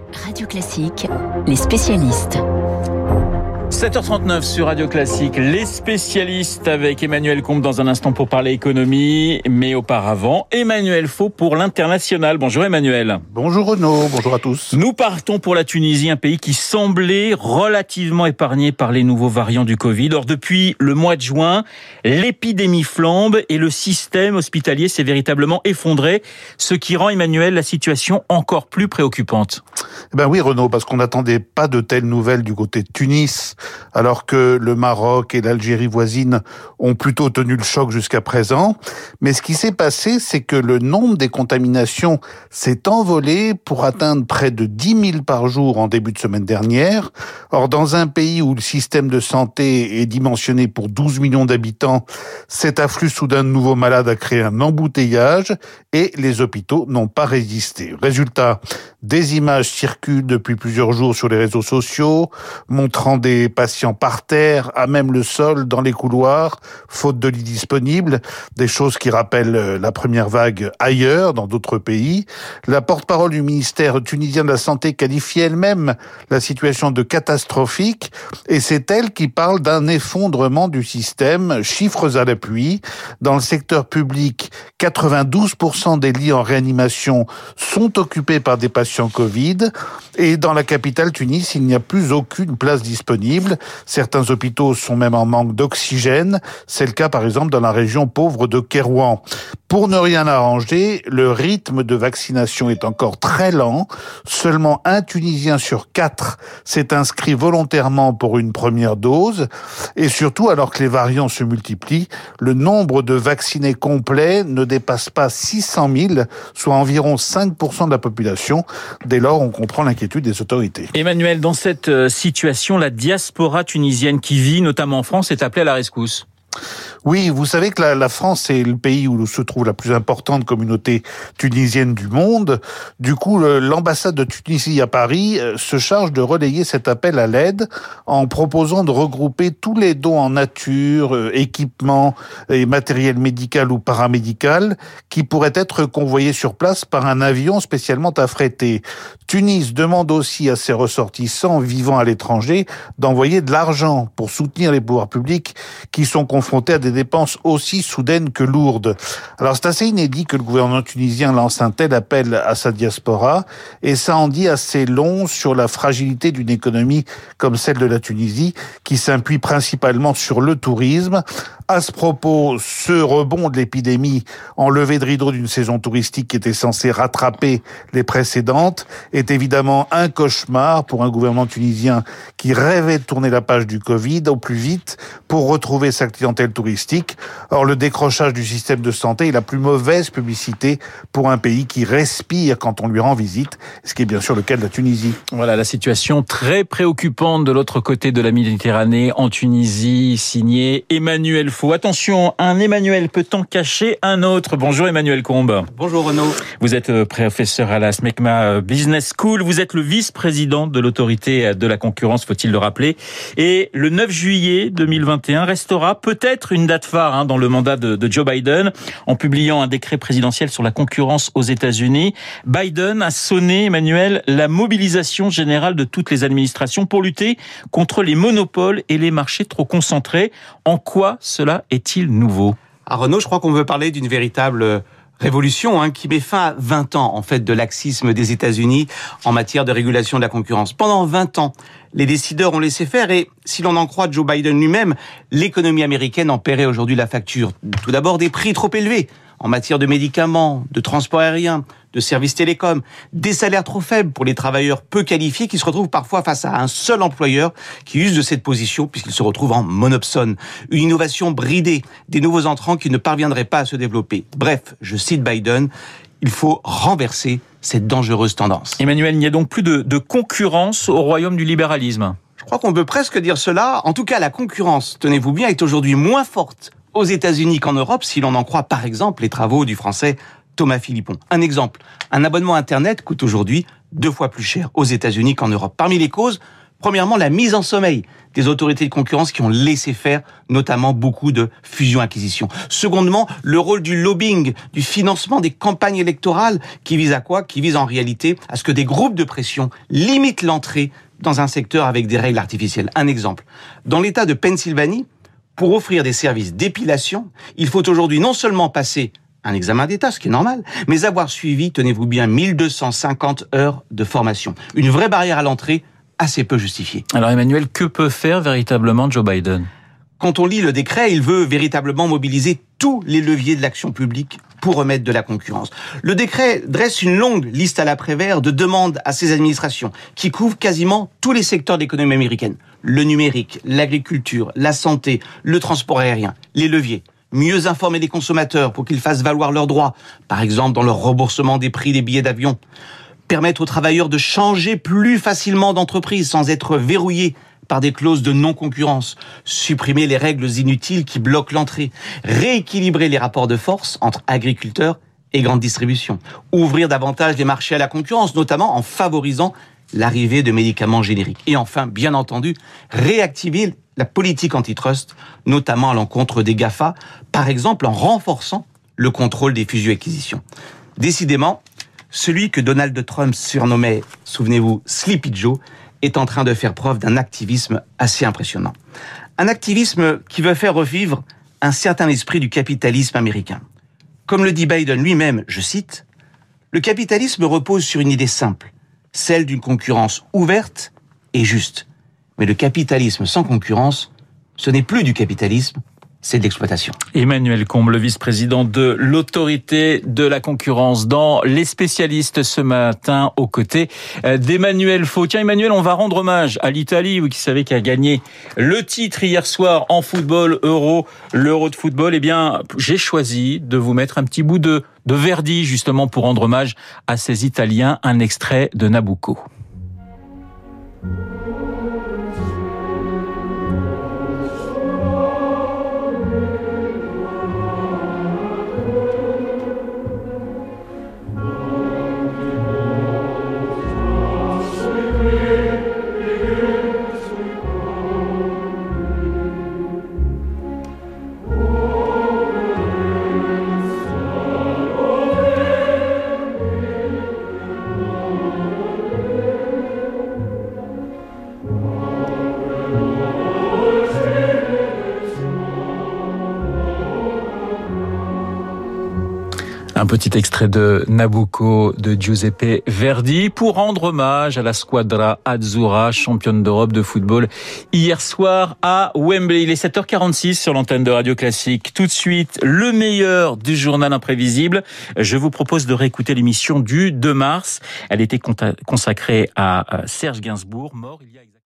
Radio Classique, les spécialistes. 7h39 sur Radio Classique, les spécialistes avec Emmanuel Combe dans un instant pour parler économie, mais auparavant, Emmanuel Faux pour l'International. Bonjour Emmanuel. Bonjour Renaud, bonjour à tous. Nous partons pour la Tunisie, un pays qui semblait relativement épargné par les nouveaux variants du Covid. Or, depuis le mois de juin, l'épidémie flambe et le système hospitalier s'est véritablement effondré, ce qui rend, Emmanuel, la situation encore plus préoccupante. Oui Renaud, parce qu'on n'attendait pas de telles nouvelles du côté de Tunis, alors que le Maroc et l'Algérie voisine ont plutôt tenu le choc jusqu'à présent. Mais ce qui s'est passé, c'est que le nombre des contaminations s'est envolé pour atteindre près de 10 000 par jour en début de semaine dernière. Or, dans un pays où le système de santé est dimensionné pour 12 millions d'habitants, cet afflux soudain de nouveaux malades a créé un embouteillage et les hôpitaux n'ont pas résisté. Résultat, des images circulent depuis plusieurs jours sur les réseaux sociaux, montrant des patients par terre, à même le sol, dans les couloirs, faute de lits disponibles, des choses qui rappellent la première vague ailleurs, dans d'autres pays. La porte-parole du ministère tunisien de la Santé qualifie elle-même la situation de catastrophique, et c'est elle qui parle d'un effondrement du système, chiffres à l'appui. Dans le secteur public, 92% des lits en réanimation sont occupés par des patients Covid, et dans la capitale Tunis, il n'y a plus aucune place disponible. Certains hôpitaux sont même en manque d'oxygène. C'est le cas par exemple dans la région pauvre de Kérouan. Pour ne rien arranger, le rythme de vaccination est encore très lent. Seulement un Tunisien sur 4 s'est inscrit volontairement pour une première dose. Et surtout, alors que les variants se multiplient, le nombre de vaccinés complets ne dépasse pas 600 000, soit environ 5% de la population. Dès lors, on comprend l'inquiétude des autorités. Emmanuel, dans cette situation, la diaspora tunisienne qui vit, notamment en France, est appelée à la rescousse. Oui, vous savez que la France est le pays où se trouve la plus importante communauté tunisienne du monde. Du coup, l'ambassade de Tunisie à Paris se charge de relayer cet appel à l'aide en proposant de regrouper tous les dons en nature, équipements et matériel médical ou paramédical qui pourraient être convoyés sur place par un avion spécialement affrété. Tunis demande aussi à ses ressortissants vivant à l'étranger d'envoyer de l'argent pour soutenir les pouvoirs publics qui sont confrontés à des dépenses aussi soudaines que lourdes. Alors c'est assez inédit que le gouvernement tunisien lance un tel appel à sa diaspora, et ça en dit assez long sur la fragilité d'une économie comme celle de la Tunisie, qui s'appuie principalement sur le tourisme. À ce propos, ce rebond de l'épidémie en levée de rideau d'une saison touristique qui était censée rattraper les précédentes est évidemment un cauchemar pour un gouvernement tunisien qui rêvait de tourner la page du Covid au plus vite pour retrouver sa clientèle touristique. Or, le décrochage du système de santé est la plus mauvaise publicité pour un pays qui respire quand on lui rend visite, ce qui est bien sûr le cas de la Tunisie. Voilà la situation très préoccupante de l'autre côté de la Méditerranée, en Tunisie, signé Emmanuel Faux. Attention, un Emmanuel peut en cacher un autre. Bonjour Emmanuel Combe. Bonjour Renaud. Vous êtes professeur à la SMECMA Business School. Vous êtes le vice-président de l'autorité de la concurrence, faut-il le rappeler. Et le 9 juillet 2021 restera peut-être une date phare dans le mandat de Joe Biden. En publiant un décret présidentiel sur la concurrence aux États-Unis, Biden a sonné, Emmanuel, la mobilisation générale de toutes les administrations pour lutter contre les monopoles et les marchés trop concentrés. En quoi cela est-il nouveau ? Renaud, je crois qu'on veut parler d'une véritable révolution qui met fin à 20 ans en fait de laxisme des États-Unis en matière de régulation de la concurrence. Pendant 20 ans, les décideurs ont laissé faire et, si l'on en croit Joe Biden lui-même, l'économie américaine en paierait aujourd'hui la facture. Tout d'abord, des prix trop élevés en matière de médicaments, de transport aérien, de services télécoms, des salaires trop faibles pour les travailleurs peu qualifiés qui se retrouvent parfois face à un seul employeur qui use de cette position puisqu'il se retrouve en monopsone. Une innovation bridée, des nouveaux entrants qui ne parviendraient pas à se développer. Bref, je cite Biden, il faut renverser cette dangereuse tendance. Emmanuel, il n'y a donc plus de concurrence au royaume du libéralisme. Je crois qu'on peut presque dire cela. En tout cas, la concurrence, tenez-vous bien, est aujourd'hui moins forte aux États-Unis qu'en Europe, si l'on en croit par exemple les travaux du français Thomas Philippon. Un exemple, un abonnement Internet coûte aujourd'hui 2 fois plus cher aux États-Unis qu'en Europe. Parmi les causes, Premièrement, la mise en sommeil des autorités de concurrence qui ont laissé faire notamment beaucoup de fusions-acquisitions. Secondement, le rôle du lobbying, du financement des campagnes électorales qui vise à quoi ? Qui vise en réalité à ce que des groupes de pression limitent l'entrée dans un secteur avec des règles artificielles. Un exemple. Dans l'État de Pennsylvanie, pour offrir des services d'épilation, il faut aujourd'hui non seulement passer un examen d'État, ce qui est normal, mais avoir suivi, tenez-vous bien, 1250 heures de formation. Une vraie barrière à l'entrée assez peu justifiée. Alors Emmanuel, que peut faire véritablement Joe Biden ? Quand on lit le décret, il veut véritablement mobiliser tous les leviers de l'action publique pour remettre de la concurrence. Le décret dresse une longue liste à l'après-vert de demandes à ces administrations qui couvrent quasiment tous les secteurs de l'économie américaine. Le numérique, l'agriculture, la santé, le transport aérien, les leviers. Mieux informer les consommateurs pour qu'ils fassent valoir leurs droits, par exemple dans le remboursement des prix des billets d'avion. Permettre aux travailleurs de changer plus facilement d'entreprise sans être verrouillés par des clauses de non-concurrence, supprimer les règles inutiles qui bloquent l'entrée, rééquilibrer les rapports de force entre agriculteurs et grande distribution, ouvrir davantage les marchés à la concurrence, notamment en favorisant l'arrivée de médicaments génériques. Et enfin, bien entendu, réactiver la politique antitrust, notamment à l'encontre des GAFA, par exemple en renforçant le contrôle des fusions-acquisitions. Décidément, celui que Donald Trump surnommait, souvenez-vous, Sleepy Joe, est en train de faire preuve d'un activisme assez impressionnant. Un activisme qui veut faire revivre un certain esprit du capitalisme américain. Comme le dit Biden lui-même, je cite, « Le capitalisme repose sur une idée simple, celle d'une concurrence ouverte et juste. Mais le capitalisme sans concurrence, ce n'est plus du capitalisme, c'est de l'exploitation. » Emmanuel Combes, le vice-président de l'autorité de la concurrence dans Les Spécialistes ce matin aux côtés d'Emmanuel Faux. Tiens Emmanuel, on va rendre hommage à l'Italie, vous qui savez qui a gagné le titre hier soir en football l'Euro de football. Eh bien, j'ai choisi de vous mettre un petit bout de Verdi justement pour rendre hommage à ces Italiens, un extrait de Nabucco. Un petit extrait de Nabucco de Giuseppe Verdi pour rendre hommage à la Squadra Azzurra, championne d'Europe de football hier soir à Wembley. Il est 7h46 sur l'antenne de Radio Classique. Tout de suite, le meilleur du journal imprévisible. Je vous propose de réécouter l'émission du 2 mars. Elle était consacrée à Serge Gainsbourg, mort il y a exactement